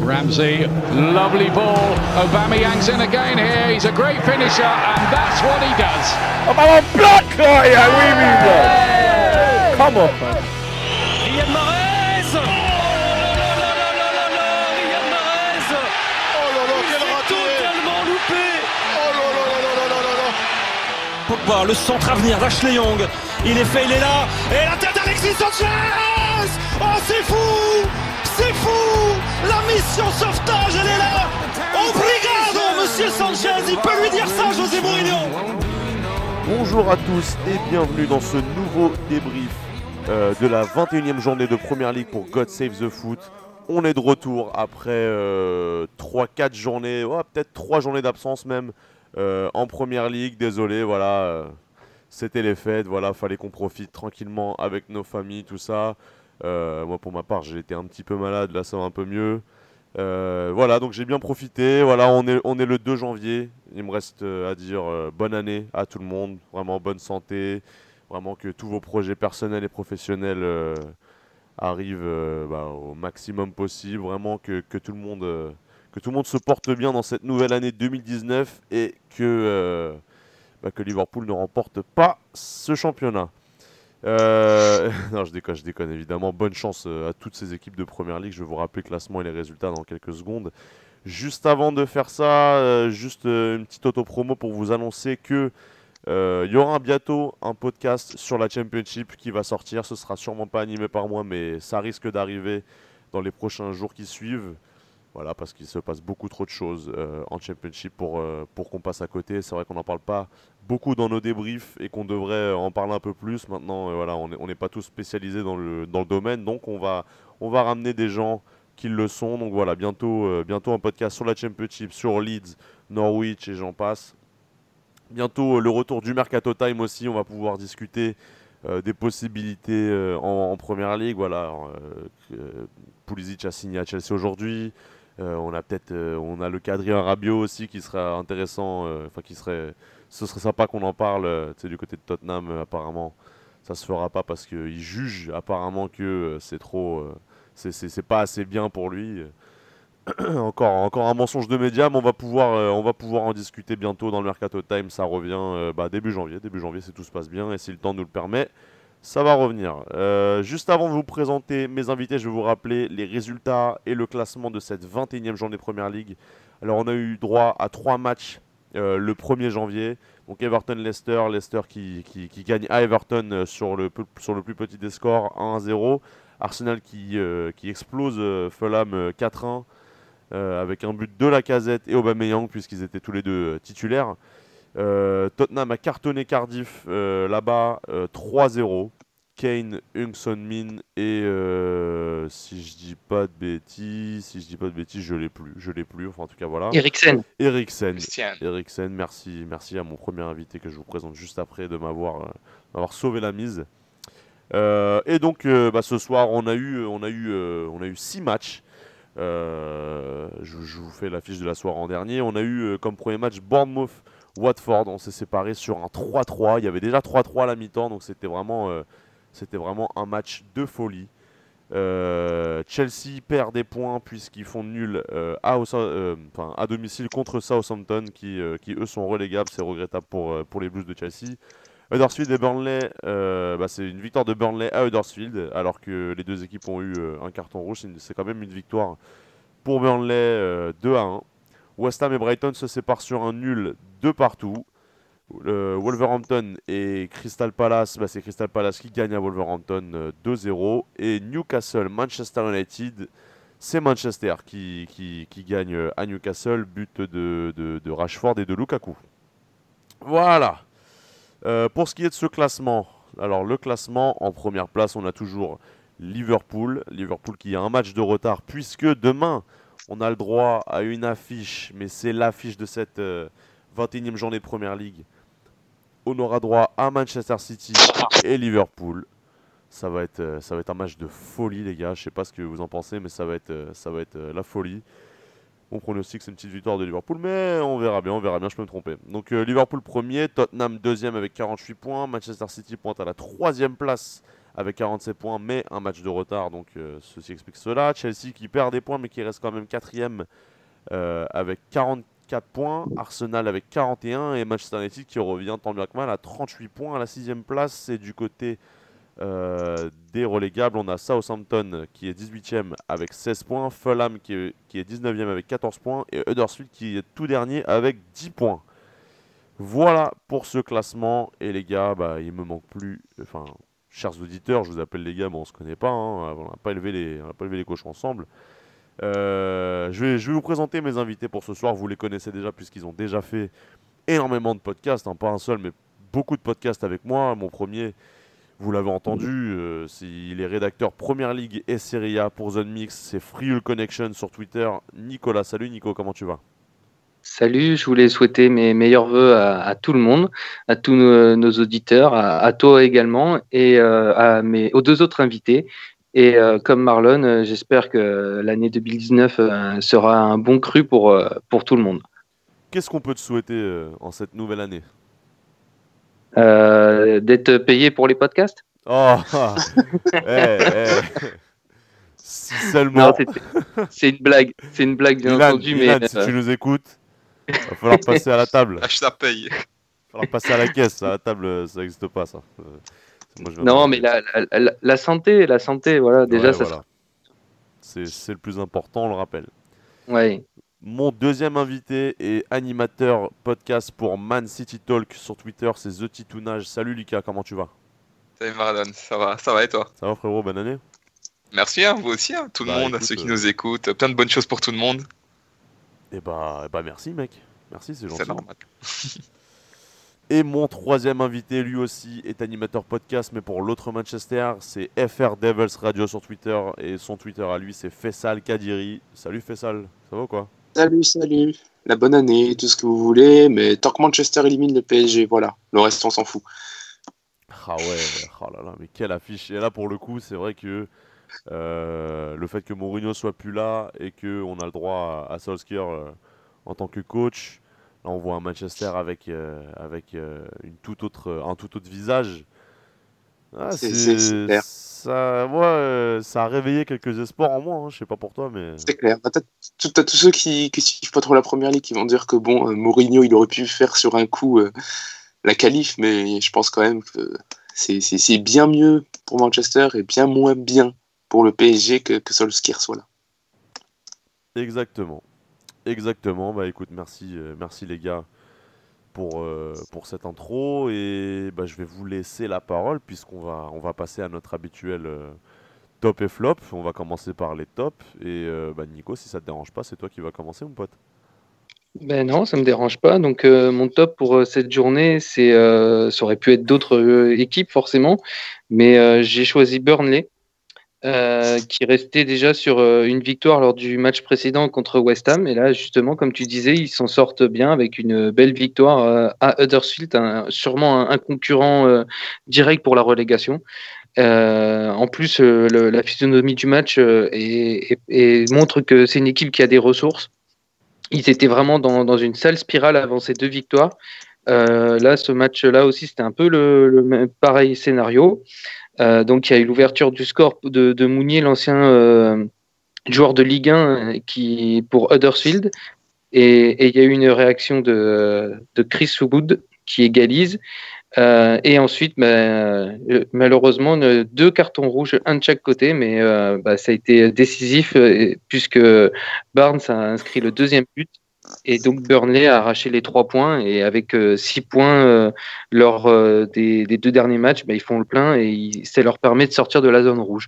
Ramsey, lovely ball. Aubameyang's in again here. He's a great finisher, and that's what he does. Un ballon bloc, yeah, oui, oui. Come on, man. Riyad Mahrez. Oh là là là là, Riyad Mahrez. Oh là là, quel raté. Totalement loupé. Oh là là là là là là là. Pogba, le centre à venir d'Ashley Young. Il est fait, il est là. Et la tête d'Alexis Sanchez. Oh, c'est fou. C'est fou. La mission sauvetage, elle est là. Obrigado, monsieur Sanchez. Il peut lui dire ça, José Mourinho. Bonjour à tous et bienvenue dans ce nouveau débrief de la 21e journée de Première Ligue pour God Save the Foot. On est de retour après 3-4 journées, peut-être 3 journées d'absence même en Première Ligue. Désolé, voilà, c'était les fêtes, voilà, fallait qu'on profite tranquillement avec nos familles, tout ça. Moi pour ma part j'ai été un petit peu malade, là ça va un peu mieux. Voilà, donc j'ai bien profité. Voilà, on est le 2 janvier. Il me reste à dire bonne année à tout le monde. Vraiment bonne santé. Vraiment que tous vos projets personnels et professionnels arrivent au maximum possible. Vraiment que tout le monde se porte bien dans cette nouvelle année 2019 et que Liverpool ne remporte pas ce championnat. Non, je déconne évidemment. Bonne chance à toutes ces équipes de Première Ligue. Je vais vous rappeler le classement et les résultats dans quelques secondes. Juste avant de faire ça, une petite auto-promo pour vous annoncer que il y aura bientôt un podcast sur la Championship qui va sortir. Ce sera sûrement pas animé par moi, mais ça risque d'arriver dans les prochains jours qui suivent. Voilà, parce qu'il se passe beaucoup trop de choses en Championship pour qu'on passe à côté. C'est vrai qu'on n'en parle pas beaucoup dans nos débriefs et qu'on devrait en parler un peu plus. Maintenant, voilà, on n'est pas tous spécialisés dans le domaine, donc on va ramener des gens qui le sont. Donc voilà, bientôt un podcast sur la Championship, sur Leeds, Norwich et j'en passe. Bientôt le retour du Mercato Time aussi, on va pouvoir discuter des possibilités en Première Ligue. Voilà, Pulisic a signé à Chelsea aujourd'hui. On a le cas d'Adrien Rabiot aussi qui sera intéressant, ce serait sympa qu'on en parle, du côté de Tottenham apparemment ça se fera pas parce qu'il juge apparemment que c'est trop, c'est pas assez bien pour lui. Encore un mensonge de médias, mais on va pouvoir en discuter bientôt dans le Mercato Time. Ça revient début janvier si tout se passe bien et si le temps nous le permet. Ça va revenir. Juste avant de vous présenter mes invités, je vais vous rappeler les résultats et le classement de cette 21e journée de Première Ligue. Alors on a eu droit à 3 matchs le 1er janvier. Donc Everton-Leicester, Leicester qui gagne à Everton sur le plus petit des scores, 1-0. Arsenal qui explose Fulham 4-1 avec un but de Lacazette et Aubameyang puisqu'ils étaient tous les deux titulaires. Tottenham a cartonné Cardiff là-bas 3-0. Kane, Heung-Son Min et si je dis pas de bêtises, je l'ai plus. Enfin en tout cas voilà. Eriksen. Merci à mon premier invité que je vous présente juste après de m'avoir sauvé la mise. Et donc ce soir on a eu 6 matchs. Je vous fais l'affiche de la soirée en dernier. On a eu comme premier match Bournemouth-Watford. On s'est séparés sur un 3-3. Il y avait déjà 3-3 à la mi-temps, donc c'était vraiment un match de folie. Chelsea perd des points puisqu'ils font nul à domicile contre Southampton qui eux sont relégables. C'est regrettable pour les Blues de Chelsea. Huddersfield et Burnley, c'est une victoire de Burnley à Huddersfield, alors que les deux équipes ont eu un carton rouge. C'est quand même une victoire pour Burnley 2-1. West Ham et Brighton se séparent sur un nul de partout. Wolverhampton et Crystal Palace, c'est Crystal Palace qui gagne à Wolverhampton 2-0. Et Newcastle, Manchester United, c'est Manchester qui gagne à Newcastle, but de Rashford et de Lukaku. Voilà. Pour ce qui est de ce classement, alors le classement, en première place, on a toujours Liverpool qui a un match de retard puisque demain, on a le droit à une affiche, mais c'est l'affiche de cette 21e journée de Première Ligue. On aura droit à Manchester City et Liverpool. Ça va être un match de folie les gars, je sais pas ce que vous en pensez, mais ça va être la folie. Mon pronostic, c'est une petite victoire de Liverpool, mais on verra bien, je peux me tromper. Donc Liverpool premier, Tottenham deuxième avec 48 points, Manchester City pointe à la 3e place avec 47 points, mais un match de retard, donc ceci explique cela. Chelsea qui perd des points, mais qui reste quand même 4e avec 44 points. Arsenal avec 41 et Manchester United qui revient tant bien que mal à 38 points à la 6e place. C'est du côté des relégables. On a Southampton qui est 18e avec 16 points, Fulham qui est 19e avec 14 points et Huddersfield qui est tout dernier avec 10 points. Voilà pour ce classement. Et les gars, il me manque plus. Enfin, chers auditeurs, je vous appelle les gars, mais on se connaît pas. Hein, on n'a pas élevé les cochons ensemble. Je vais vous présenter mes invités pour ce soir. Vous les connaissez déjà puisqu'ils ont déjà fait énormément de podcasts, hein, pas un seul, mais beaucoup de podcasts avec moi. Mon premier, vous l'avez entendu, il est rédacteur Première Ligue et Serie A pour Zone Mix. C'est Friul Connection sur Twitter. Nicolas, salut Nico, comment tu vas ? Salut, je voulais souhaiter mes meilleurs vœux à tout le monde, à tous nos auditeurs, à toi également et aux deux autres invités. Et comme Marlon, j'espère que l'année 2019 sera un bon cru pour tout le monde. Qu'est-ce qu'on peut te souhaiter en cette nouvelle année ? D'être payé pour les podcasts ? Oh Si seulement. Non, c'est une blague bien entendu. Milan, mais si tu nous écoutes, il va falloir passer à la table. Je la paye. Il va falloir passer à la caisse, à la table, ça n'existe pas ça. Non, mais la santé, voilà, déjà ouais, ça voilà. C'est le plus important, on le rappelle. Ouais. Mon deuxième invité est animateur podcast pour Man City Talk sur Twitter, c'est The Titounage. Salut Lucas, comment tu vas ? Salut Maradon, ça va et toi ? Ça va frérot, bonne année ? Merci, vous aussi, tout le monde, écoute, à ceux qui nous écoutent. Plein de bonnes choses pour tout le monde. Et merci mec, merci, c'est gentil. C'est normal. Et mon troisième invité, lui aussi, est animateur podcast, mais pour l'autre Manchester, c'est FR Devils Radio sur Twitter, et son Twitter à lui, c'est Faisal Kadiri. Salut Faisal, ça va ou quoi ? Salut, la bonne année, tout ce que vous voulez, mais tant que Manchester élimine le PSG, voilà, le reste on s'en fout. Ah ouais, oh là là, mais quelle affiche. Et là pour le coup, c'est vrai que le fait que Mourinho soit plus là et qu'on a le droit à Solskjaer en tant que coach, là on voit un Manchester avec un tout autre visage. Ah, C'est clair. Ça a réveillé quelques espoirs en moi, hein. Je sais pas pour toi, mais... C'est clair. T'as tous ceux qui suivent pas trop la première ligue qui vont dire que Mourinho il aurait pu faire sur un coup la qualif, mais je pense quand même que c'est bien mieux pour Manchester et bien moins bien pour le PSG que Solskjaer soit là. Exactement. Écoute, merci les gars pour cette intro et je vais vous laisser la parole puisqu'on va passer à notre habituel top et flop. On va commencer par les tops et Nico, si ça te dérange pas, c'est toi qui vas commencer mon pote. Ben non, ça me dérange pas. Donc mon top pour cette journée, ça aurait pu être d'autres équipes forcément, mais j'ai choisi Burnley, qui restait déjà sur une victoire lors du match précédent contre West Ham. Et là, justement, comme tu disais, ils s'en sortent bien avec une belle victoire à Huddersfield, sûrement un concurrent direct pour la relégation. En plus, la physionomie du match montre que c'est une équipe qui a des ressources. Ils étaient vraiment dans une sale spirale avant ces deux victoires. Là, ce match-là aussi, c'était un peu le pareil scénario. Donc, il y a eu l'ouverture du score de Mounier, l'ancien joueur de Ligue 1 pour Huddersfield. Et il y a eu une réaction de Chris Wood qui égalise. Et ensuite, malheureusement, 2 cartons rouges, un de chaque côté, mais ça a été décisif puisque Barnes a inscrit le deuxième but. Et donc Burnley a arraché les 3 points et avec 6 points lors des 2 derniers matchs, ils font le plein et ça leur permet de sortir de la zone rouge.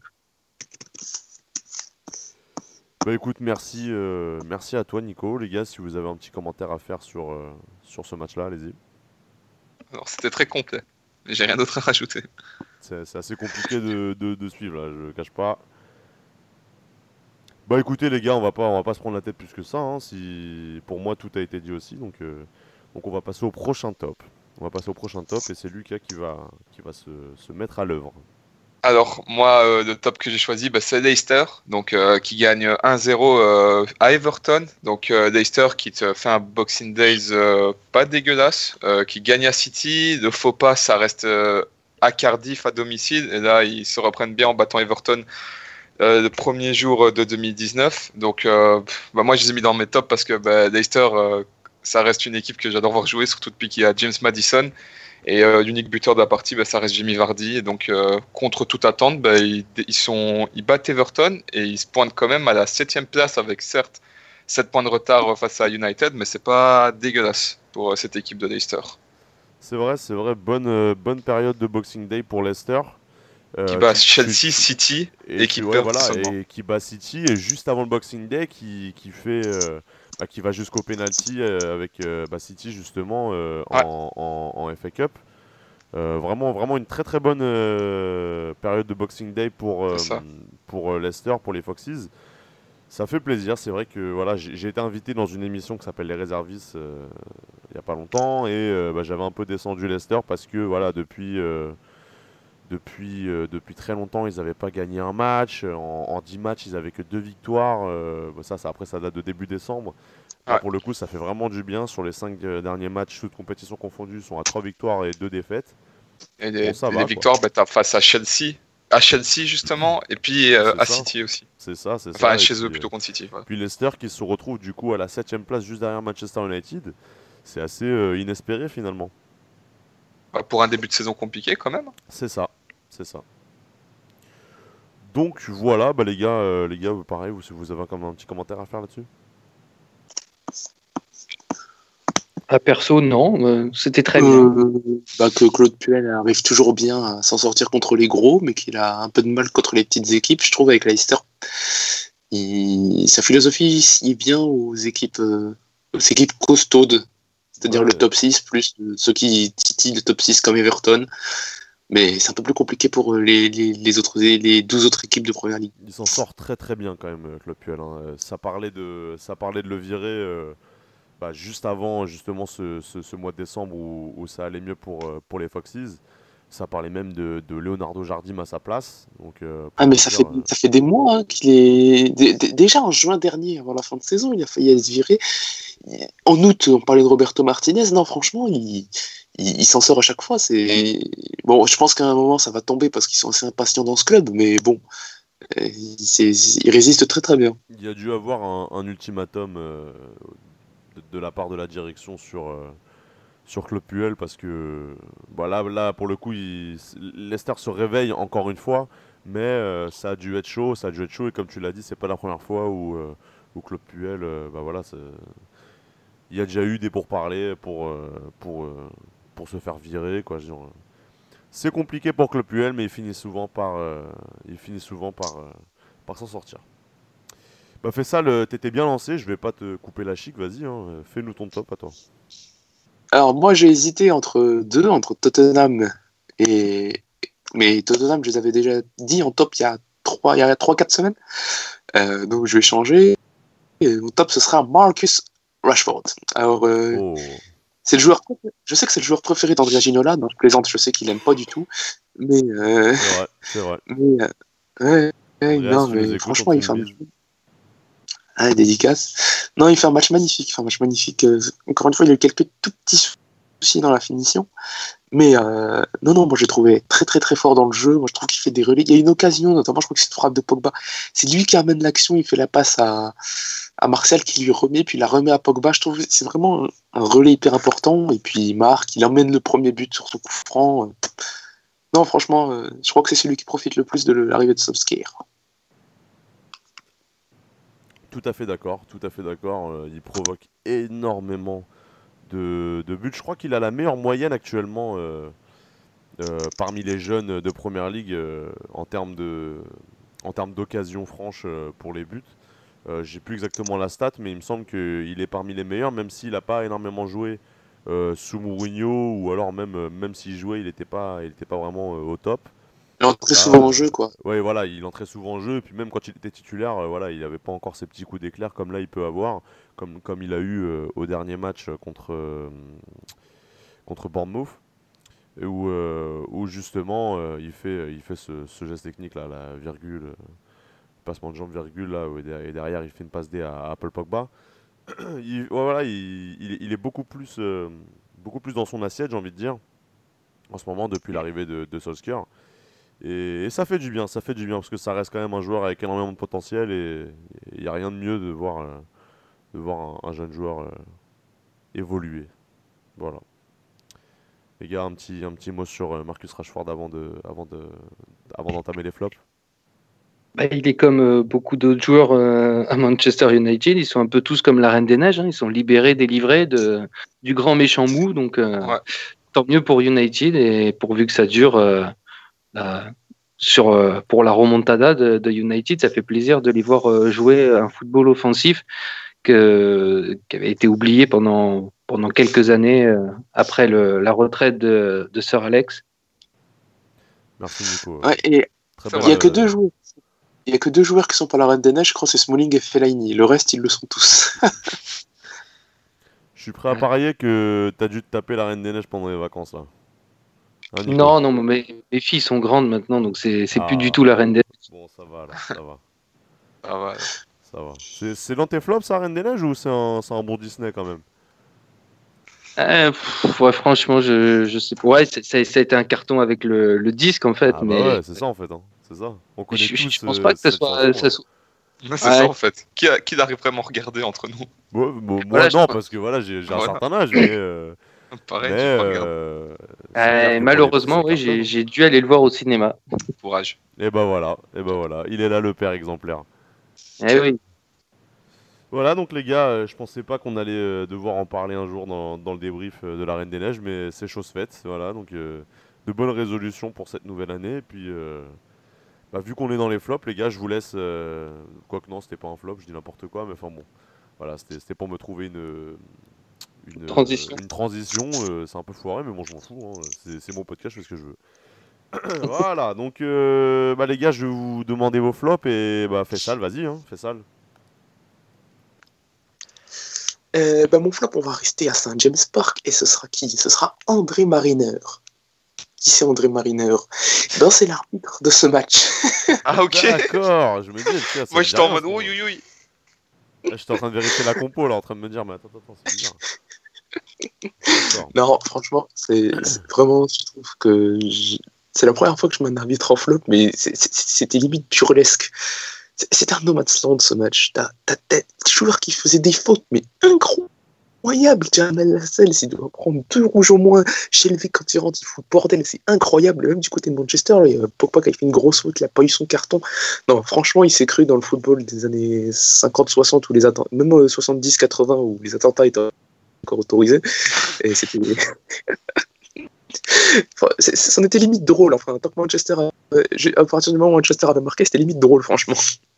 Écoute, merci à toi Nico. Les gars, si vous avez un petit commentaire à faire sur ce match-là, allez-y. Alors c'était très complet, mais j'ai rien d'autre à rajouter. C'est assez compliqué de suivre là, je cache pas. Écoutez les gars, on va pas se prendre la tête plus que ça, hein. Pour moi tout a été dit aussi, donc on va passer au prochain top. Et c'est Lucas qui va se mettre à l'œuvre. Alors moi le top que j'ai choisi c'est Leicester, donc qui gagne 1-0 à Everton. Donc Leicester qui te fait un Boxing Days pas dégueulasse, qui gagne à City. Le faux pas ça reste à Cardiff à domicile. Et là, ils se reprennent bien en battant Everton le premier jour de 2019. Donc, moi, je les ai mis dans mes tops parce que Leicester, ça reste une équipe que j'adore voir jouer, surtout depuis qu'il y a James Maddison. Et l'unique buteur de la partie, ça reste Jamie Vardy. Et donc, contre toute attente, ils battent Everton et ils se pointent quand même à la 7e place avec certes 7 points de retard face à United, mais c'est pas dégueulasse pour cette équipe de Leicester. C'est vrai, bonne période de Boxing Day pour Leicester. Qui bat Chelsea, City et qui perd seulement. Et qui bat City et juste avant le Boxing Day qui va jusqu'au penalty avec City justement en FA Cup. Vraiment une très très bonne période de Boxing Day pour Leicester, pour les Foxes. Ça fait plaisir, c'est vrai que voilà, j'ai été invité dans une émission qui s'appelle Les Réservistes il n'y a pas longtemps et j'avais un peu descendu Leicester parce que voilà, depuis très longtemps, ils n'avaient pas gagné un match. En 10 matchs, ils n'avaient que 2 victoires. Après, ça date de début décembre. Là, pour le coup, ça fait vraiment du bien. Sur les 5 derniers matchs, toutes compétitions confondues, ils sont à 3 victoires et 2 défaites. Et les victoires, t'as face à Chelsea. À Chelsea, justement, et puis à City aussi. C'est ça. Enfin, chez eux, plutôt contre City. Puis Leicester qui se retrouve du coup à la 7ème place, juste derrière Manchester United. C'est assez inespéré finalement. Pour un début de saison compliqué quand même. C'est ça. Donc voilà, les gars, pareil, vous avez un petit commentaire à faire là-dessus? Perso, non, c'était très bien. Que Claude Puel arrive toujours bien à s'en sortir contre les gros, mais qu'il a un peu de mal contre les petites équipes, je trouve, avec Leicester. Sa philosophie est bien aux équipes costaudes, c'est-à-dire le top 6 plus ceux qui titillent le top 6 comme Everton. Mais c'est un peu plus compliqué pour les 12 autres équipes de Première Ligue. Il s'en sort très très bien quand même, Claude Puel. Ça parlait de le virer juste avant justement ce mois de décembre où ça allait mieux pour les Foxes. Ça parlait même de Leonardo Jardim à sa place. Donc, mais ça fait des mois qu'il est... Déjà en juin dernier, avant la fin de saison, il a failli se virer. En août, on parlait de Roberto Martinez. Non, franchement, il s'en sort à chaque fois. Bon, je pense qu'à un moment, ça va tomber parce qu'ils sont assez impatients dans ce club. Mais bon, il résiste très très bien. Il y a dû avoir un ultimatum de la part de la direction sur Claude Puel parce que là pour le coup Leicester se réveille encore une fois, mais ça a dû être chaud et comme tu l'as dit, c'est pas la première fois où Claude Puel il y a déjà eu des pourparlers pour se faire virer quoi. C'est compliqué pour Claude Puel, mais il finit souvent par s'en sortir. Fais ça, t'étais bien lancé, je vais pas te couper la chic, vas-y, fais-nous ton top à toi. Alors moi j'ai hésité entre Tottenham mais Tottenham je les avais déjà dit en top il y a 3-4 semaines, donc je vais changer. Et mon top ce sera Marcus Rashford. Alors c'est le joueur, je sais que c'est le joueur préféré d'Andrea Ginola, donc je plaisante, je sais qu'il aime pas du tout, mais c'est vrai. Mais franchement il fait un dédicace. Non, il fait un match magnifique. Encore une fois, il a eu quelques tout petits soucis dans la finition. Mais non, moi j'ai trouvé très très très fort dans le jeu. Moi je trouve qu'il fait des relais. Il y a une occasion, notamment, je crois que c'est une frappe de Pogba. C'est lui qui amène l'action, il fait la passe à Martial qui lui remet, puis il la remet à Pogba. Je trouve que c'est vraiment un relais hyper important. Et puis il marque, il emmène le premier but sur son coup franc. Non, franchement, je crois que c'est celui qui profite le plus de l'arrivée de Solskjaer. Tout à fait d'accord. Il provoque énormément de buts. Je crois qu'il a la meilleure moyenne actuellement parmi les jeunes de Première Ligue en termes d'occasions franches pour les buts. J'ai plus exactement la stat, mais il me semble qu'il est parmi les meilleurs, même s'il n'a pas énormément joué sous Mourinho, ou alors même s'il jouait, il n'était pas vraiment au top. Il entrait souvent en jeu, quoi. Ouais, voilà, il entrait souvent en jeu, et puis même quand il était titulaire, il n'avait pas encore ces petits coups d'éclair comme là il peut avoir, comme il a eu au dernier match contre Bournemouth, où justement il fait ce geste technique là, la virgule, passement de jambe virgule là, et derrière il fait une passe D à Paul Pogba. Il est beaucoup plus dans son assiette, j'ai envie de dire. en ce moment depuis l'arrivée de Solskjaer. Et ça fait du bien, parce que ça reste quand même un joueur avec énormément de potentiel et il n'y a rien de mieux de voir un jeune joueur évoluer. Voilà. Les gars, un petit mot sur Marcus Rashford avant d'entamer les flops. Bah, il est comme beaucoup d'autres joueurs à Manchester United. Ils sont un peu tous comme la Reine des Neiges. Ils sont libérés, délivrés du grand méchant mou. Donc, Ouais. tant mieux pour United et pourvu que ça dure euh, pour la remontada de United. Ça fait plaisir de les voir jouer un football offensif qui avait été oublié pendant quelques années après la retraite de Sir Alex. Merci Nico. Ouais, et Très ça belle, il n'y a que deux joueurs. Il y a que deux joueurs qui sont pas la Reine des Neiges, je crois, c'est Smalling et Fellaini. Le reste, ils le sont tous. Je suis prêt à parier que t'as dû te taper la Reine des Neiges pendant les vacances là. Hein, Nico Non, mais mes filles sont grandes maintenant, donc c'est plus du Ah. tout la Reine des Neiges. Bon, ça va alors, ça va. Ah ouais. Ça va. C'est dans tes flops, ça, Reine des Neiges, ou c'est un bon Disney quand même? Ouais, franchement, je sais pas. Ouais, ça a été un carton avec le disque en fait, Ah bah mais ouais, c'est ça en fait. Hein. C'est ça. On connaît tous je pense pas que ça cette soit. chanson, Mais c'est Ouais. ça en fait. Qui l'arrive vraiment à regarder entre nous? Moi Voilà, non, parce que voilà, j'ai un Voilà. certain âge, mais... Pareil, mais tu peux regarder. c'est clair que pour malheureusement, les oui, petits, ça cartonne. j'ai dû aller le voir au cinéma. Courage. Et bah voilà, il est là le père exemplaire. Eh oui. Voilà, donc les gars, je pensais pas qu'on allait devoir en parler un jour dans le débrief de la Reine des Neiges, mais c'est chose faite. Voilà, donc de bonnes résolutions pour cette nouvelle année. Et puis, bah, vu qu'on est dans les flops, les gars, je vous laisse. Quoique non, c'était pas un flop, je dis n'importe quoi, mais enfin bon. Voilà, c'était pour me trouver Transition. une transition. C'est un peu foiré, mais bon, je m'en fous. Hein, c'est mon podcast, je fais ce que je veux. Voilà, donc bah, les gars, je vais vous demander vos flops et bah, Faisal, vas-y, hein, Faisal. Mon flop, on va rester à Saint James Park, et ce sera qui? Ce sera André Mariner. Qui c'est André Mariner? Ben, c'est l'arbitre de ce match. Ah ok. D'accord, je me dis, tiens, ça Moi me j'étais dit en rien, mode ce moment. oui oui oui. Là, j'étais en train de vérifier la compo, là, en train de me dire, mais attends, c'est bizarre. D'accord. Non, franchement, c'est vraiment, je trouve que c'est la première fois que je mets un arbitre en flop, mais c'était limite burlesque. C'était un no man's land ce match. T'as des joueurs qui faisaient des fautes, mais incroyables. Jamel Lascelles, il doit prendre 2 rouges au moins. Shelvey, quand il rentre, il fout le bordel. C'est incroyable. Même du côté de Manchester, Pogba, quand il fait une grosse faute, il n'a pas eu son carton. Non, franchement, il s'est cru dans le football des années 50-60, même 70-80, où les attentats étaient encore autorisés. Et c'était. Enfin, c'en était limite drôle. Enfin, tant que Manchester à partir du moment où Manchester avait marqué, c'était limite drôle, franchement.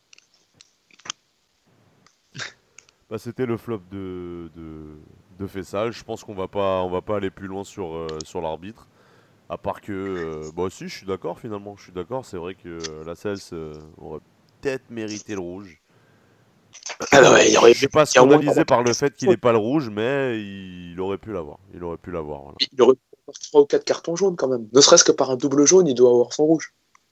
Bah, c'était le flop de Fessal. Je pense qu'on va pas aller plus loin sur l'arbitre. À part que, bah si, je suis d'accord finalement. Je suis d'accord, c'est vrai que Lascelles aurait peut-être mérité le rouge. Alors, ouais, Je suis pas scandalisé par le fait qu'il n'ait pas le rouge, mais il aurait pu l'avoir. Il aurait pu l'avoir. Voilà. Il aurait pu avoir 3 ou 4 cartons jaunes quand même. Ne serait-ce que par un double jaune, il doit avoir son rouge.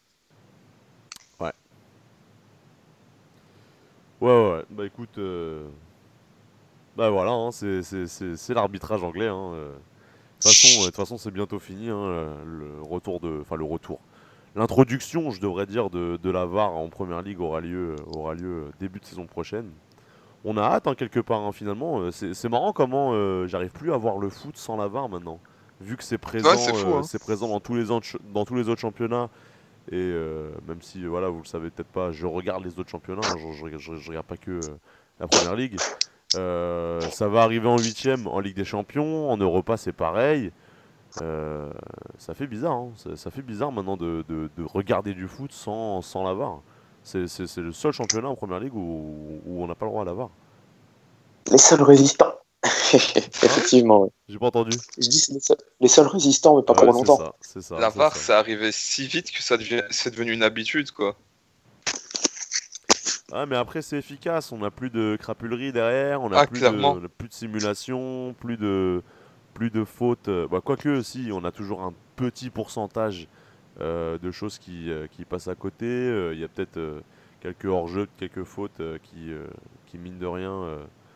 Ouais. Bah écoute, bah voilà, hein, c'est l'arbitrage anglais. Hein. De toute façon, c'est bientôt fini. Hein, le retour. L'introduction, je devrais dire, de la VAR en première ligue aura lieu début de saison prochaine. On a hâte, hein, quelque part, hein, finalement. C'est marrant comment j'arrive plus à voir le foot sans la VAR maintenant. Vu que c'est présent, Ouais, c'est fou, hein. c'est présent dans tous les autres championnats. Et même si, voilà, vous le savez peut-être pas, je regarde les autres championnats, hein, je regarde pas que la première ligue. Ça va arriver en 8ème en Ligue des Champions, en Europa c'est pareil. Ça fait bizarre, hein. Ça fait bizarre maintenant de regarder du foot sans la VAR. C'est le seul championnat en première ligue où on n'a pas le droit à la VAR. Les seuls résistants. Effectivement, ouais. J'ai pas entendu. Je dis les seuls résistants, mais pas pour Ouais, longtemps. c'est ça. La c'est VAR, ça. c'est arrivé si vite que c'est devenu une habitude quoi. Ah, mais après c'est efficace, on n'a plus de crapulerie derrière, on a Clairement. plus de simulation, plus de fautes. Bah, quoique, si, on a toujours un petit pourcentage de choses qui passent à côté. Il y a peut-être quelques hors-jeux, quelques fautes qui, mine de rien,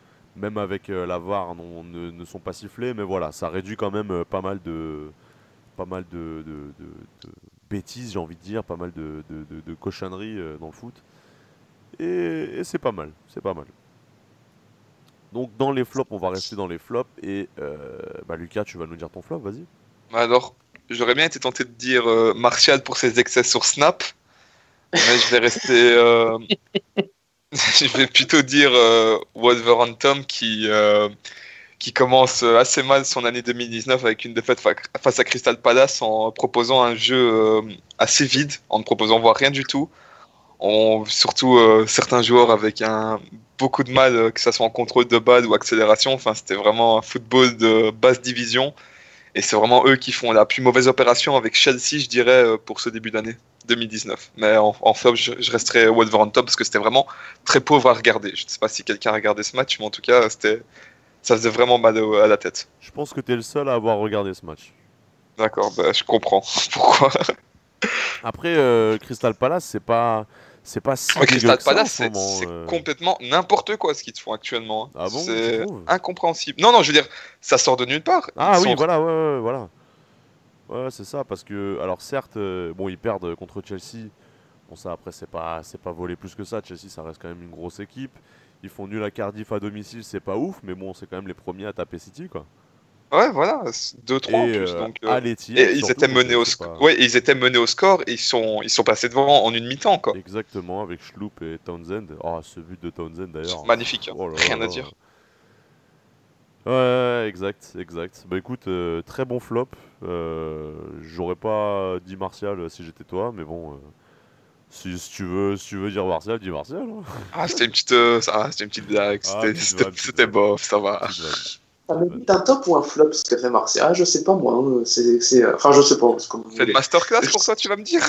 même avec la VAR, ne sont pas sifflées. Mais voilà, ça réduit quand même pas mal pas mal de bêtises, j'ai envie de dire, pas mal de cochonneries dans le foot. Et c'est pas mal, c'est pas mal. Donc dans les flops, on va rester dans les flops. Et Lucas, tu vas nous dire ton flop, vas-y. Alors, j'aurais bien été tenté de dire Martial pour ses excès sur Snap, mais je vais rester. Je vais plutôt dire Wolverhampton qui commence assez mal son année 2019 avec une défaite face à Crystal Palace en proposant un jeu assez vide, en ne proposant voire rien du tout. Surtout certains joueurs avec beaucoup de mal, que ce soit en contrôle de balle ou accélération. Enfin, c'était vraiment un football de basse division. Et c'est vraiment eux qui font la plus mauvaise opération avec Chelsea, je dirais, pour ce début d'année 2019. Mais en flop, je resterai Wolverhampton parce que c'était vraiment très pauvre à regarder. Je ne sais pas si quelqu'un a regardé ce match, mais en tout cas, ça faisait vraiment mal à la tête. Je pense que tu es le seul à avoir regardé ce match. D'accord, je comprends pourquoi. Après, Crystal Palace, c'est pas si Crystal que ça, Palace, en ce c'est moment, complètement n'importe quoi ce qu'ils te font actuellement. Hein. Ah bon, tu C'est trouves ? incompréhensible. Non, je veux dire, ça sort de nulle part. Ah oui, voilà, ouais, voilà. Ouais, c'est ça, parce que, alors certes, ils perdent contre Chelsea. Bon, ça, après, c'est pas volé plus que ça. Chelsea, ça reste quand même une grosse équipe. Ils font nul à Cardiff à domicile, c'est pas ouf, mais bon, c'est quand même les premiers à taper City, quoi. Ouais, voilà, 2-3 en plus. Donc, à l'Etihad, et ils surtout, étaient menés au score. Ouais, ils étaient menés au score et ils sont passés devant en une mi-temps, quoi. Exactement, avec Schlupp et Townsend. Oh, ce but de Townsend d'ailleurs. Magnifique, hein. Oh là là Rien là à là. dire. Ouais, exact. Bah écoute, très bon flop. J'aurais pas dit Martial si j'étais toi, mais bon, si tu veux dire Martial, dis Martial. Hein. Ah, c'était une petite blague. C'était vanne. bof, ça va. Petite vanne. Ça mérite un top ou un flop ce qu'a fait Martial? Ah, je sais pas moi. Enfin, je sais pas. C'est comme vous C'est une voulez. masterclass pour toi, tu vas me dire.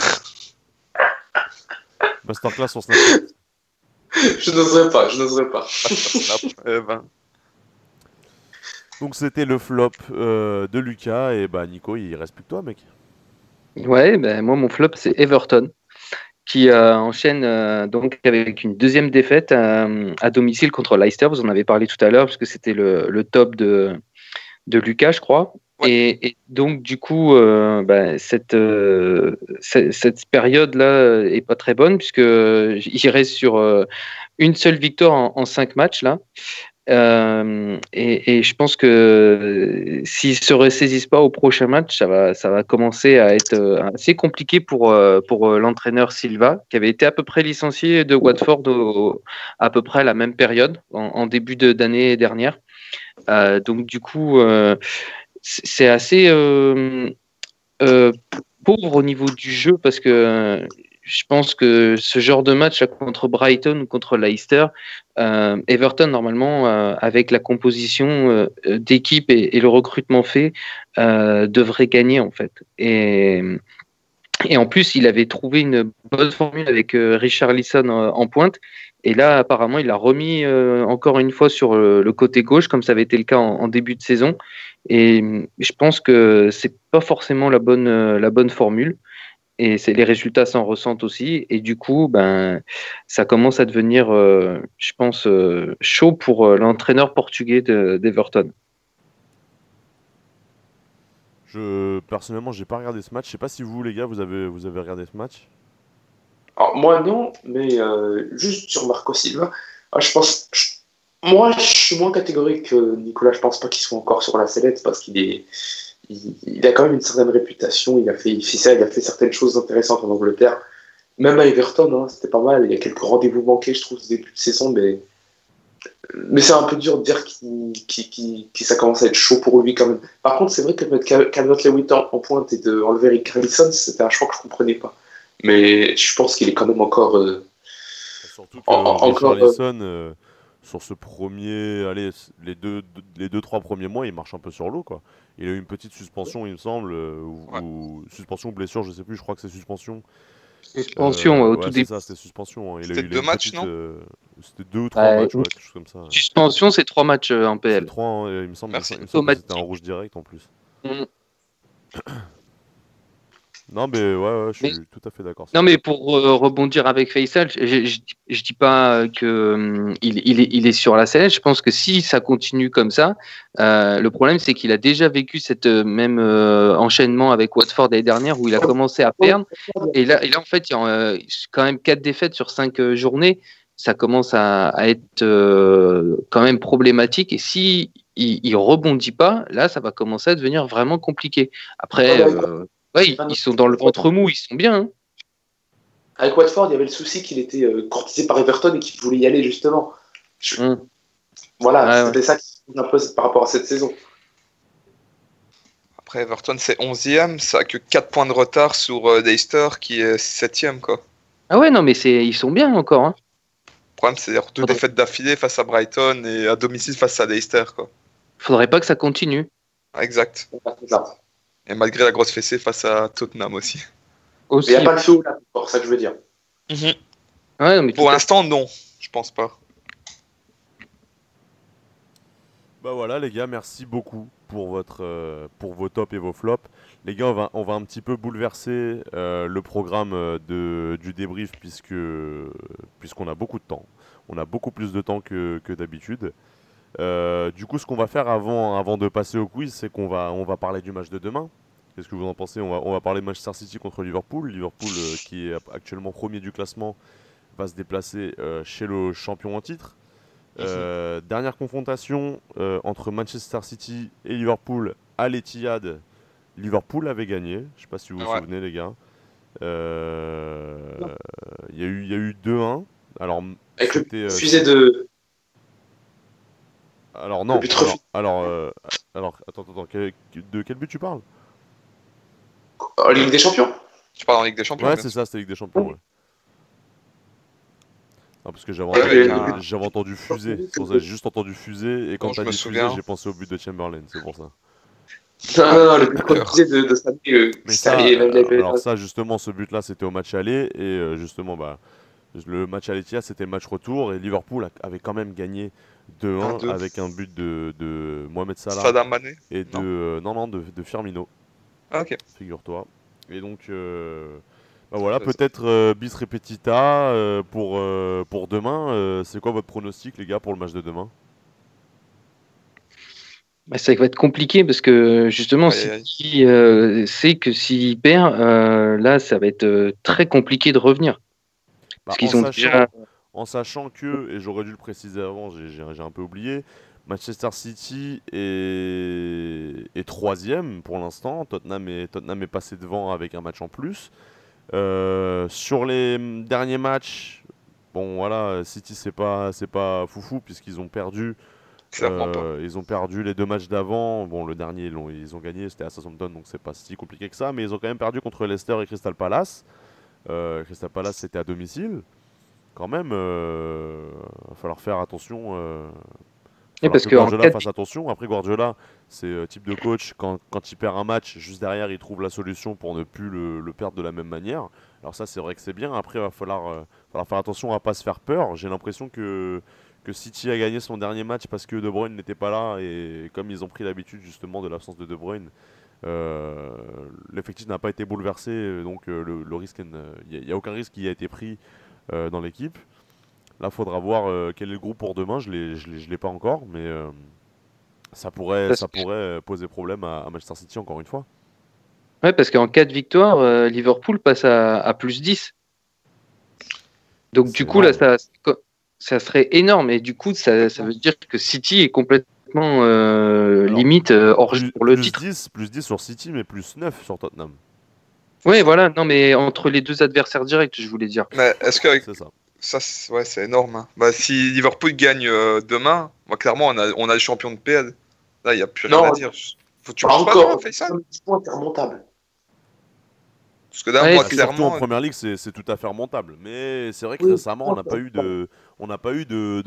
Masterclass sur Snapchat. Je n'oserais pas. Eh ben. Donc c'était le flop de Lucas, et bah Nico, il reste plus que toi, mec. Ouais, ben moi mon flop c'est Everton qui enchaîne donc avec une deuxième défaite à domicile contre Leicester. Vous en avez parlé tout à l'heure parce que c'était le top de Lucas, je crois. Ouais. Et donc du coup, cette période-là est pas très bonne puisque il reste sur une seule victoire en 5 matchs là. Et je pense que s'ils se ressaisissent pas au prochain match, ça va commencer à être assez compliqué pour l'entraîneur Silva, qui avait été à peu près licencié de Watford à peu près à la même période, en début d'année dernière. Donc du coup, c'est assez pauvre au niveau du jeu parce que je pense que ce genre de match là, contre Brighton ou contre Leicester, Everton, normalement, avec la composition d'équipe et le recrutement fait, devrait gagner, en fait. Et en plus, il avait trouvé une bonne formule avec Richarlison en pointe. Et là, apparemment, il a remis encore une fois sur le côté gauche, comme ça avait été le cas en début de saison. Et je pense que c'est pas forcément la bonne formule. Et les résultats s'en ressentent aussi. Et du coup, ça commence à devenir, je pense, chaud pour l'entraîneur portugais d'Everton. Personnellement, j'ai pas regardé ce match. Je sais pas si vous, les gars, vous avez regardé ce match. Alors, moi non, mais juste sur Marco Silva, moi je suis moins catégorique que Nicolas. Je pense pas qu'il soit encore sur la sellette parce qu'il a quand même une certaine réputation. Il a fait certaines choses intéressantes en Angleterre. Même à Everton, hein, c'était pas mal. Il y a quelques rendez-vous manqués, je trouve, au début de saison, mais c'est un peu dur de dire que ça commence à être chaud pour lui quand même. Par contre, c'est vrai que mettre Calvert-Lewin en pointe et de enlever Richarlison, c'était un choix que je comprenais pas. Mais je pense qu'il est quand même encore. Surtout que Richarlison, sur ce premier, les 2-3 premiers mois, il marche un peu sur l'eau, quoi. Il a eu une petite suspension, il me semble, ou suspension ou blessure, je sais plus. Je crois que c'est suspension. Suspension, au tout début. C'est ça, c'était suspension. Hein. C'était 2 matchs, non c'était 2 ou 3 matchs, quelque chose comme ça. Suspension, c'est 3 matchs en PL. C'est 3, il me semble que c'était en rouge direct en plus. Non, mais ouais, je suis tout à fait d'accord. Non, mais pour rebondir avec Faisal, je dis pas que il est sur la sellette. Je pense que si ça continue comme ça, le problème c'est qu'il a déjà vécu cette même enchaînement avec Watford l'année dernière où il a commencé à perdre. Et là en fait, il y a quand même 4 défaites sur 5 journées. Ça commence à être quand même problématique. Et si il rebondit pas, là, ça va commencer à devenir vraiment compliqué. Après. Ouais, ils sont dans le ventre mou, ils sont bien. Hein. Avec Watford, il y avait le souci qu'il était courtisé par Everton et qu'il voulait y aller justement. Voilà, c'était ça qui un peu par rapport à cette saison. Après, Everton, c'est 11e, ça a que 4 points de retard sur Leicester qui est 7e, quoi. Ah ouais, non, mais ils sont bien encore. Hein. Le problème, c'est 2 défaites d'affilée face à Brighton et à domicile face à Leicester, quoi. Faudrait pas que ça continue. Exact. Et malgré la grosse fessée face à Tottenham aussi. Il n'y a pas le feu là, c'est ça que je veux dire. Ouais, non, mais pour l'instant, non, je pense pas. Bah voilà les gars, merci beaucoup pour vos tops et vos flops. Les gars, on va un petit peu bouleverser le programme du débrief puisqu'on a beaucoup de temps. On a beaucoup plus de temps que d'habitude. Du coup, ce qu'on va faire avant de passer au quiz, c'est qu'on va parler du match de demain. Qu'est-ce que vous en pensez ? On va parler de Manchester City contre Liverpool. Liverpool, qui est actuellement premier du classement, va se déplacer chez le champion en titre. Dernière confrontation entre Manchester City et Liverpool à l'Etihad. Liverpool avait gagné. Je ne sais pas si vous vous souvenez, les gars. Il y a eu 2-1. Alors, avec le fusée de... Alors non, alors attends, de quel but tu parles ? En Ligue des Champions. Tu parles en Ligue des Champions ? Ouais, c'est ça, c'était Ligue des Champions. Ouais. Non, parce que j'avais entendu fusée. J'ai juste entendu fusée et quand t'as dit fusée, j'ai pensé au but de Chamberlain, c'est pour ça. Non, le but fusée de Sané. Alors ça, justement, ce but-là, c'était au match aller et justement, le match à l'Etihad, c'était le match retour et Liverpool avait quand même gagné 2-1 avec un but de Mohamed Salah et de Firmino. Ah, ok. Figure-toi. Et donc, voilà, peut-être bis repetita pour demain. C'est quoi votre pronostic, les gars, pour le match de demain ? Ça va être compliqué parce que justement, City sait que s'il perd, là, ça va être très compliqué de revenir. Parce qu'ils ont déjà... En sachant que, et j'aurais dû le préciser avant, j'ai un peu oublié, Manchester City est 3e pour l'instant. Tottenham est passé devant avec un match en plus. Sur les derniers matchs, bon voilà, City c'est pas foufou puisqu'ils ont perdu. Ils ont perdu les 2 matchs d'avant. Bon, le dernier ils ont gagné, c'était à Southampton, donc c'est pas si compliqué que ça. Mais ils ont quand même perdu contre Leicester et Crystal Palace. Crystal Palace c'était à domicile. Quand même, va falloir faire attention. Parce que Guardiola fasse attention. Après, Guardiola, c'est type de coach, quand il perd un match, juste derrière, il trouve la solution pour ne plus le perdre de la même manière. Alors ça, c'est vrai que c'est bien. Après, il va falloir faire attention à ne pas se faire peur. J'ai l'impression que City a gagné son dernier match parce que De Bruyne n'était pas là. Et comme ils ont pris l'habitude justement de l'absence de De Bruyne, l'effectif n'a pas été bouleversé. Donc le risque, il n'y a aucun risque qui a été pris dans l'équipe. Là, il faudra voir quel est le groupe pour demain. Je l'ai pas encore, mais ça pourrait poser problème à Manchester City encore une fois. Ouais, parce qu'en cas de victoire, Liverpool passe à plus 10. Donc c'est du coup, énorme. Là, ça serait énorme. Et du coup, ça veut dire que City est complètement limite hors jeu pour le titre. Plus 10 sur City, mais plus 9 sur Tottenham. Oui, voilà. Non, mais entre les 2 adversaires directs, je voulais dire. Mais est-ce que... C'est ça. Ça, c'est énorme. Hein. Si Liverpool gagne demain, clairement, on a le champion de PL. Là, il n'y a plus rien à dire. Tu penses pas encore, Faisal ? 10 points, c'est remontable. Parce que là, moi, clairement... Surtout en Première Ligue, c'est tout à fait remontable. Mais c'est vrai que récemment, on n'a pas eu de... On n'a pas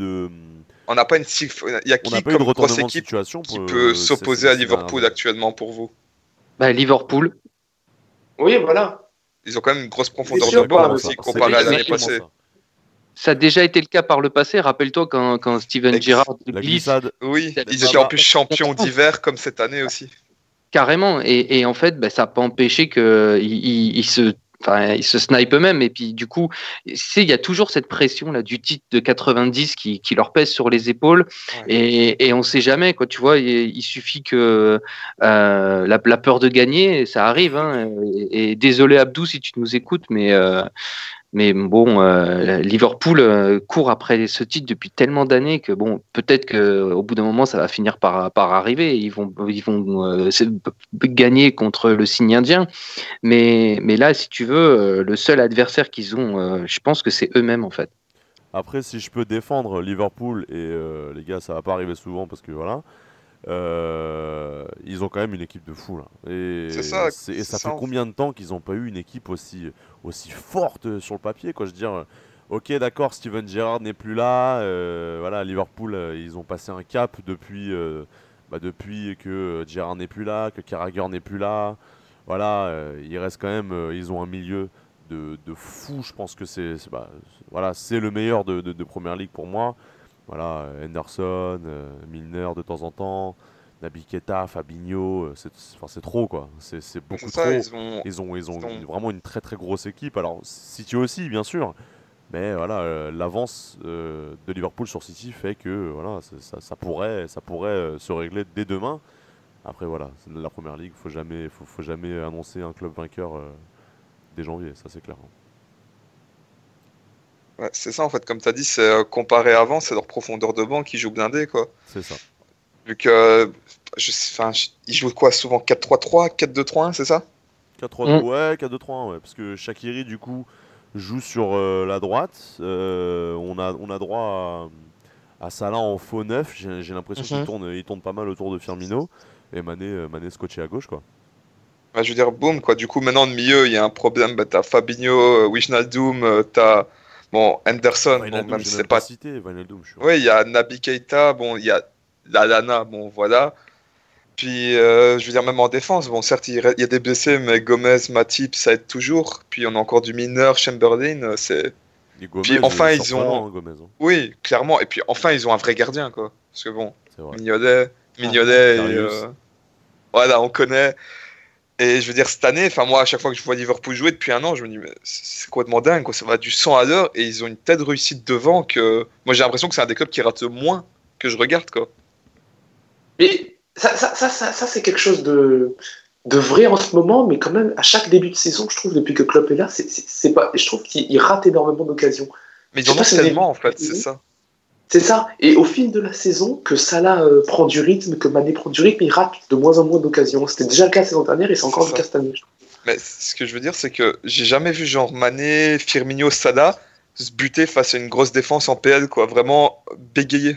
une Il y a qui comme grosse équipe qui peut s'opposer à Liverpool actuellement pour vous ? Liverpool. Oui, voilà. Ils ont quand même une grosse profondeur de banc aussi comparé à l'année passée. Ça a déjà été le cas par le passé. Rappelle-toi quand Steven Gerrard glisse. Oui, ils étaient en plus champions d'hiver comme cette année aussi. Carrément. Et en fait, ça n'a pas empêché qu'ils se snipent eux-mêmes. Et puis, du coup, il y a toujours cette pression là, du titre de 90 qui leur pèse sur les épaules. Ouais. Et on ne sait jamais. Quoi, tu vois, il suffit que la peur de gagner, ça arrive. Hein, et désolé, Abdou, si tu nous écoutes, mais bon, Liverpool court après ce titre depuis tellement d'années que bon, peut-être qu'au bout d'un moment, ça va finir par arriver. Ils vont gagner contre le signe indien. Mais là, si tu veux, le seul adversaire qu'ils ont, je pense que c'est eux-mêmes en fait. Après, si je peux défendre Liverpool, et les gars, ça va pas arriver souvent parce que voilà. Ils ont quand même une équipe de fou là. Et ça fait combien de temps qu'ils n'ont pas eu une équipe aussi forte sur le papier quoi. Je veux dire, ok d'accord, Steven Gerrard n'est plus là. Voilà, Liverpool, ils ont passé un cap depuis que Gerrard n'est plus là, que Carragher n'est plus là. Voilà, il reste quand même, ils ont un milieu de fou. Je pense que c'est le meilleur de Premier League pour moi. Voilà, Henderson, Milner de temps en temps, Naby Keita, Fabinho, c'est trop quoi. C'est beaucoup trop. Ils ont vraiment une très très grosse équipe. Alors City aussi bien sûr, mais voilà, l'avance de Liverpool sur City fait que voilà, ça pourrait se régler dès demain. Après voilà, c'est la Première Ligue, faut jamais annoncer un club vainqueur dès janvier, ça c'est clair. Ouais, c'est ça en fait, comme tu as dit, c'est comparé avant, c'est leur profondeur de banc qui joue blindé quoi. C'est ça. Vu que ils jouent quoi souvent 4-3-3, 4-2-3-1, c'est ça 4-3-3, ouais, 4-2-3-1, ouais, parce que Shaqiri du coup joue sur la droite. On a droit à Salah en faux neuf. J'ai l'impression qu'il tourne pas mal autour de Firmino et Mané scotché à gauche quoi. Ouais, je veux dire boum quoi. Du coup maintenant de milieu il y a un problème. T'as Fabinho, Wijnaldum, t'as Henderson, Wijnaldum, même si c'est pas. Oui, il y a Naby Keita, il y a Lallana, voilà. Puis je veux dire même en défense, certes il y a des blessés, mais Gomez, Matip, ça aide toujours. Puis on a encore du Milner, Chamberlain, c'est. Gomez, puis enfin ils ont. Gomez, hein. Oui, clairement. Et puis enfin ils ont un vrai gardien quoi. Parce que Mignolet, voilà, on connaît. Et je veux dire, cette année, moi, à chaque fois que je vois Liverpool jouer depuis un an, je me dis, mais c'est complètement dingue, quoi. Ça va du 100 à l'heure et ils ont une telle réussite devant que moi, j'ai l'impression que c'est un des clubs qui rate le moins que je regarde, quoi. Et ça c'est quelque chose de vrai en ce moment, mais quand même, à chaque début de saison, je trouve, depuis que Klopp est là, je trouve qu'il rate énormément d'occasions. Mais ils en ont tellement, en fait, c'est ça. C'est ça. Et au fil de la saison, que Salah prend du rythme, que Mané prend du rythme, il rate de moins en moins d'occasions. C'était déjà le cas la saison dernière et c'est encore le cas cette année. Mais ce que je veux dire, c'est que j'ai jamais vu genre Mané, Firmino, Salah se buter face à une grosse défense en PL, quoi. Vraiment bégayer.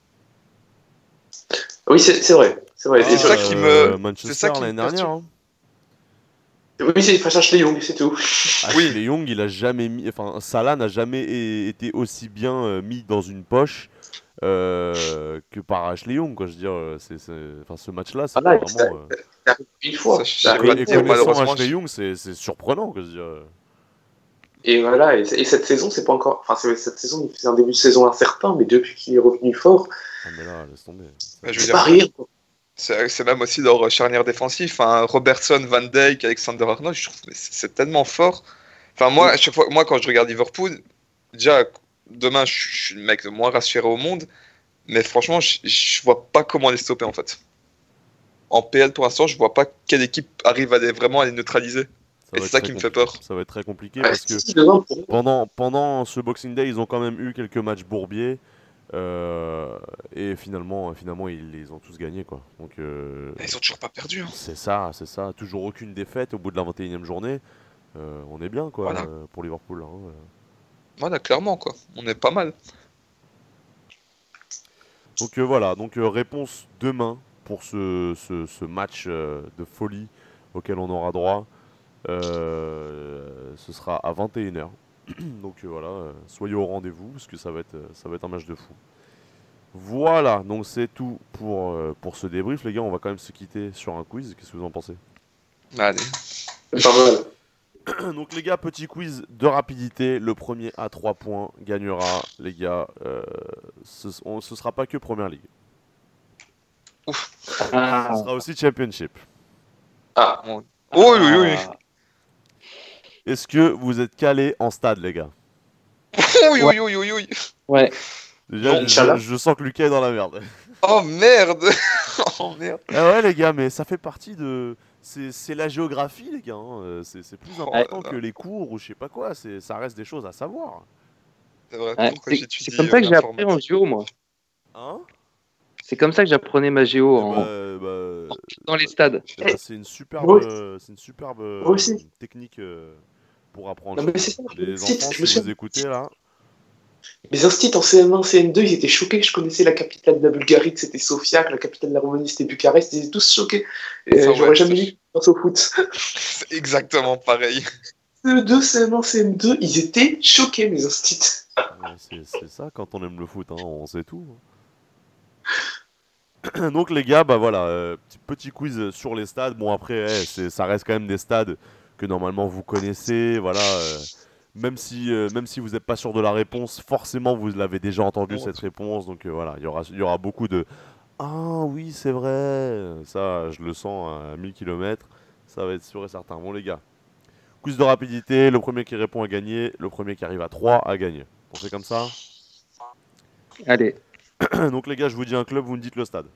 Oui, c'est vrai. C'est vrai. C'est ça qui me. Manchester l'année dernière. Hein. Oui, c'est face à Ashley Young, c'est tout. Ashley Young, il a jamais mis. Enfin, Salah n'a jamais été aussi bien mis dans une poche que par Ashley Young, quoi. Je veux dire, ce match-là, c'est vraiment. Une fois. Et connaissant Ashley Young, c'est surprenant, quoi. Je veux dire. Et voilà. Et cette saison, c'est pas encore. Enfin, cette saison, il fait un début de saison incertain, mais depuis qu'il est revenu fort. Ah, mais là, laisse tomber. C'est pas rire, quoi. C'est même aussi leur charnière défensif. Robertson, Van Dijk, Alexander Arnold, je trouve que c'est tellement fort. Moi, à chaque fois, quand je regarde Liverpool, déjà, demain, je suis le mec le moins rassuré au monde. Mais franchement, je vois pas comment les stopper, en fait. En PL, pour l'instant, je vois pas quelle équipe arrive vraiment à les neutraliser. Et c'est ça qui me fait peur. Ça va être très compliqué parce que pendant ce Boxing Day, ils ont quand même eu quelques matchs bourbiers. Et finalement, ils les ont tous gagnés, quoi. Donc, ils ont toujours pas perdu. Hein. C'est ça. Toujours aucune défaite au bout de la 21e journée. On est bien, quoi, voilà. Pour Liverpool. Hein. Voilà, clairement, quoi. On est pas mal. Donc voilà. Donc réponse demain pour ce match de folie auquel on aura droit. Ce sera à 21h. Donc voilà, soyez au rendez-vous parce que ça va être un match de fou. Voilà, donc c'est tout pour ce débrief, les gars. On va quand même se quitter sur un quiz. Qu'est-ce que vous en pensez ? Allez. Pas mal. Donc les gars, petit quiz de rapidité. Le premier à 3 points gagnera, les gars. Ce sera pas que Première Ligue. Ouf. Ce sera aussi Championship. Ah, Oui, oui. Est-ce que vous êtes calés en stade, les gars? Oui. Ouais. Déjà, Non, Inch'Allah. je sens que Lucas est dans la merde. Oh merde. Oh merde. Ah ouais, les gars, mais ça fait partie de... C'est la géographie, les gars. Hein. C'est plus important là que là. les cours ou je sais pas quoi. Ça reste des choses à savoir. C'est vrai, Ouais, pourquoi c'est j'étudie comme ça que j'ai appris en l'informatique. géo, moi. Hein? C'est comme ça que j'apprenais ma géo dans les stades. C'est une Moi superbe aussi. technique pour apprendre. Non, mais c'est ça, Les je enfants, me si souviens. vous écoutez là, Mes instits en CM1, CM2, ils étaient choqués. Je connaissais la capitale de la Bulgarie, que c'était Sofia, que la capitale de la Roumanie, c'était Bucarest. Ils étaient tous choqués. Et Ça, ouais, j'aurais jamais c'est- dit pense au foot. C'est exactement pareil. CE2, CM1, CM2, ils étaient choqués, mes instits. c'est ça quand on aime le foot, hein, on sait tout. Donc les gars, bah voilà, petit quiz sur les stades. Bon après, ça reste quand même des stades que normalement vous connaissez, voilà. Même si vous n'êtes pas sûr de la réponse, forcément vous l'avez déjà entendu cette réponse. Donc voilà, il y aura beaucoup de ah oui c'est vrai. Ça, je le sens à 1000 km. Ça va être sûr et certain. Bon les gars, quiz de rapidité. Le premier qui répond a gagné. Le premier qui arrive à 3 a gagné. On fait comme ça. Allez, Donc les gars, je vous dis un club, vous me dites le stade.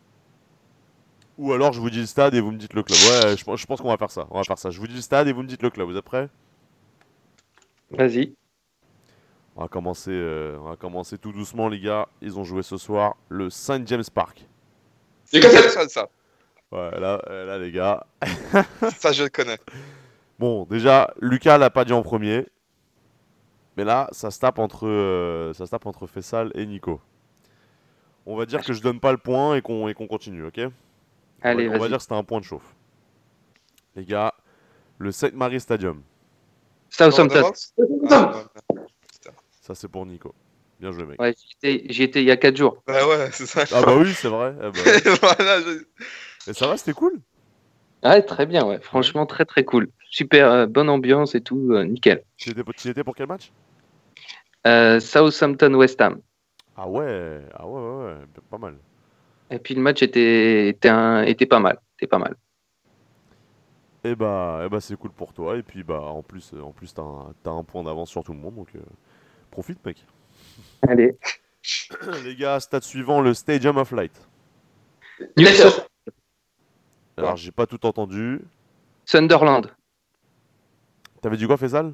Ou alors je vous dis le stade et vous me dites le club. Ouais, je pense qu'on va faire ça. On va faire ça. Je vous dis le stade et vous me dites le club. Vous êtes prêts? vas-y. On va commencer tout doucement les gars. Ils ont joué ce soir le St James Park. C'est Ça, Ouais, là les gars. ça, je le connais. Bon, déjà, Lucas l'a pas dit en premier. Mais là, ça se tape entre Fessal et Nico. On va dire que je donne pas le point et qu'on continue, ok? Allez, on va vas-y. dire que c'était un point de chauffe. Les gars, le St. Mary Stadium. Southampton. Ah, Ça, c'est pour Nico. Bien joué, mec. Ouais, j'y étais il y a 4 jours. ouais, c'est ça. Ah bah oui, c'est vrai. Ah bah. Voilà, Et ça va, c'était cool. Ouais, très bien, ouais. Franchement, très très cool. Super, bonne ambiance et tout, nickel. Tu étais pour quel match? Southampton West Ham. Ah ouais, ouais, pas mal. Et puis le match était pas mal. Était pas mal. Et bah c'est cool pour toi. Et puis bah en plus t'as un point d'avance sur tout le monde, donc profite, mec. Allez. Les gars, stade suivant, le Stadium of Light. Newcastle. Alors j'ai pas tout entendu. Sunderland. T'avais dit quoi, Faisal?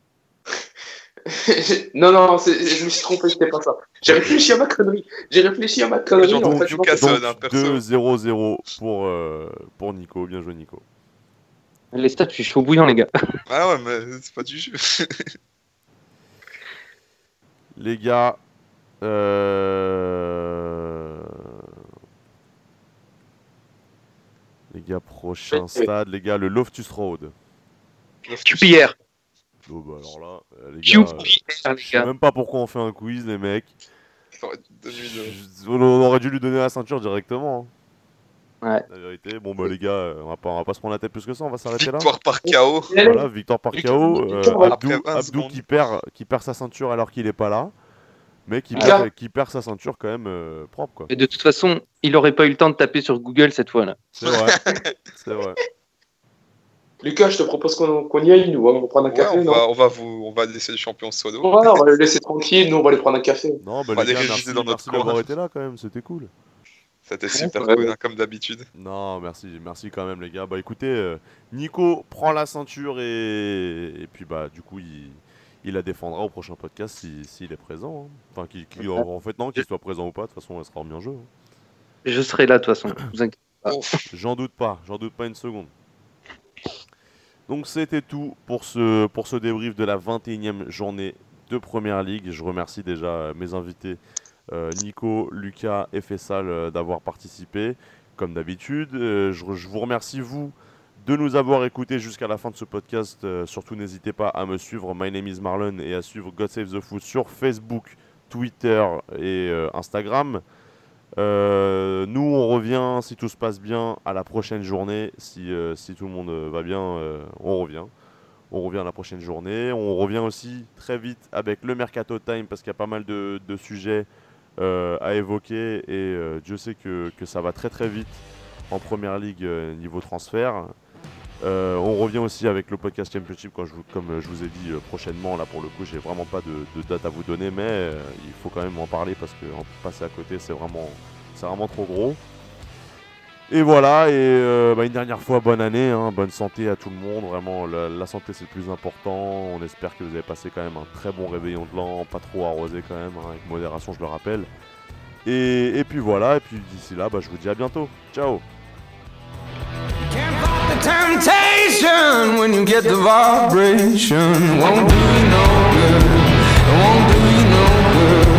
Non, je me suis trompé, c'était pas ça. J'ai réfléchi à ma connerie. En Donc, fait, Newcastle, Donc perso. 2-0-0 pour Nico. Bien joué, Nico. Les stats, je suis chaud bouillant, les gars. Ah ouais, mais c'est pas du jeu. Les gars, prochain stade, les gars, le Loftus Road. QPR. Oh, bah alors là, les QPR, gars, les je sais gars. même pas pourquoi on fait un quiz, les mecs. De On aurait dû lui donner la ceinture directement. Hein. Ouais. La vérité. Bon bah les gars, on va pas se prendre la tête plus que ça, on va s'arrêter là. Victoire par KO. Voilà, victoire par KO. Après 20 Abdou secondes. qui perd sa ceinture alors qu'il est pas là. Mais Ah. qui perd sa ceinture quand même propre quoi. Et de toute façon, il aurait pas eu le temps de taper sur Google cette fois-là. C'est vrai. C'est vrai. Lucas, je te propose qu'on y aille, nous. On va prendre un Ouais, café, non? on va laisser le champion solo. Ouais, on va le laisser tranquille, nous on va aller prendre un café. Non, bah On va les gars, les merci, réviser dans notre merci d'avoir coin. été là quand même, c'était cool. C'était super Ouais. cool, hein, comme d'habitude. Non, merci quand même les gars. Bah écoutez, Nico prend la ceinture et puis bah du coup il la défendra au prochain podcast s'il est présent. Hein. Enfin, en fait non, qu'il soit présent ou pas, de toute façon elle sera remis en jeu. Hein. Je serai là de toute façon. Vous inquiétez pas. J'en doute pas une seconde. Donc c'était tout pour ce débrief de la 21e journée de Première Ligue. Je remercie déjà mes invités Nico, Lucas et Fessal d'avoir participé comme d'habitude. Je vous remercie vous de nous avoir écoutés jusqu'à la fin de ce podcast. Surtout n'hésitez pas à me suivre, My Name is Marlon, et à suivre God Save the Foot sur Facebook, Twitter et Instagram. Nous on revient si tout se passe bien à la prochaine journée, si tout le monde va bien, on revient à la prochaine journée. On revient aussi très vite avec le Mercato Time parce qu'il y a pas mal de sujets à évoquer et Dieu sait que ça va très très vite en Première Ligue niveau transfert. On revient aussi avec le podcast Championship comme je vous ai dit prochainement. Là pour le coup j'ai vraiment pas de date à vous donner, mais il faut quand même en parler parce que passer à côté c'est vraiment trop gros. Et voilà, et une dernière fois bonne année, hein, bonne santé à tout le monde. Vraiment la santé c'est le plus important. On espère que vous avez passé quand même un très bon réveillon de l'an, pas trop arrosé quand même, hein, avec modération je le rappelle. Et puis voilà, et puis d'ici là je vous dis à bientôt. Ciao. The temptation when you get the vibration won't do you no good. It won't do you no good.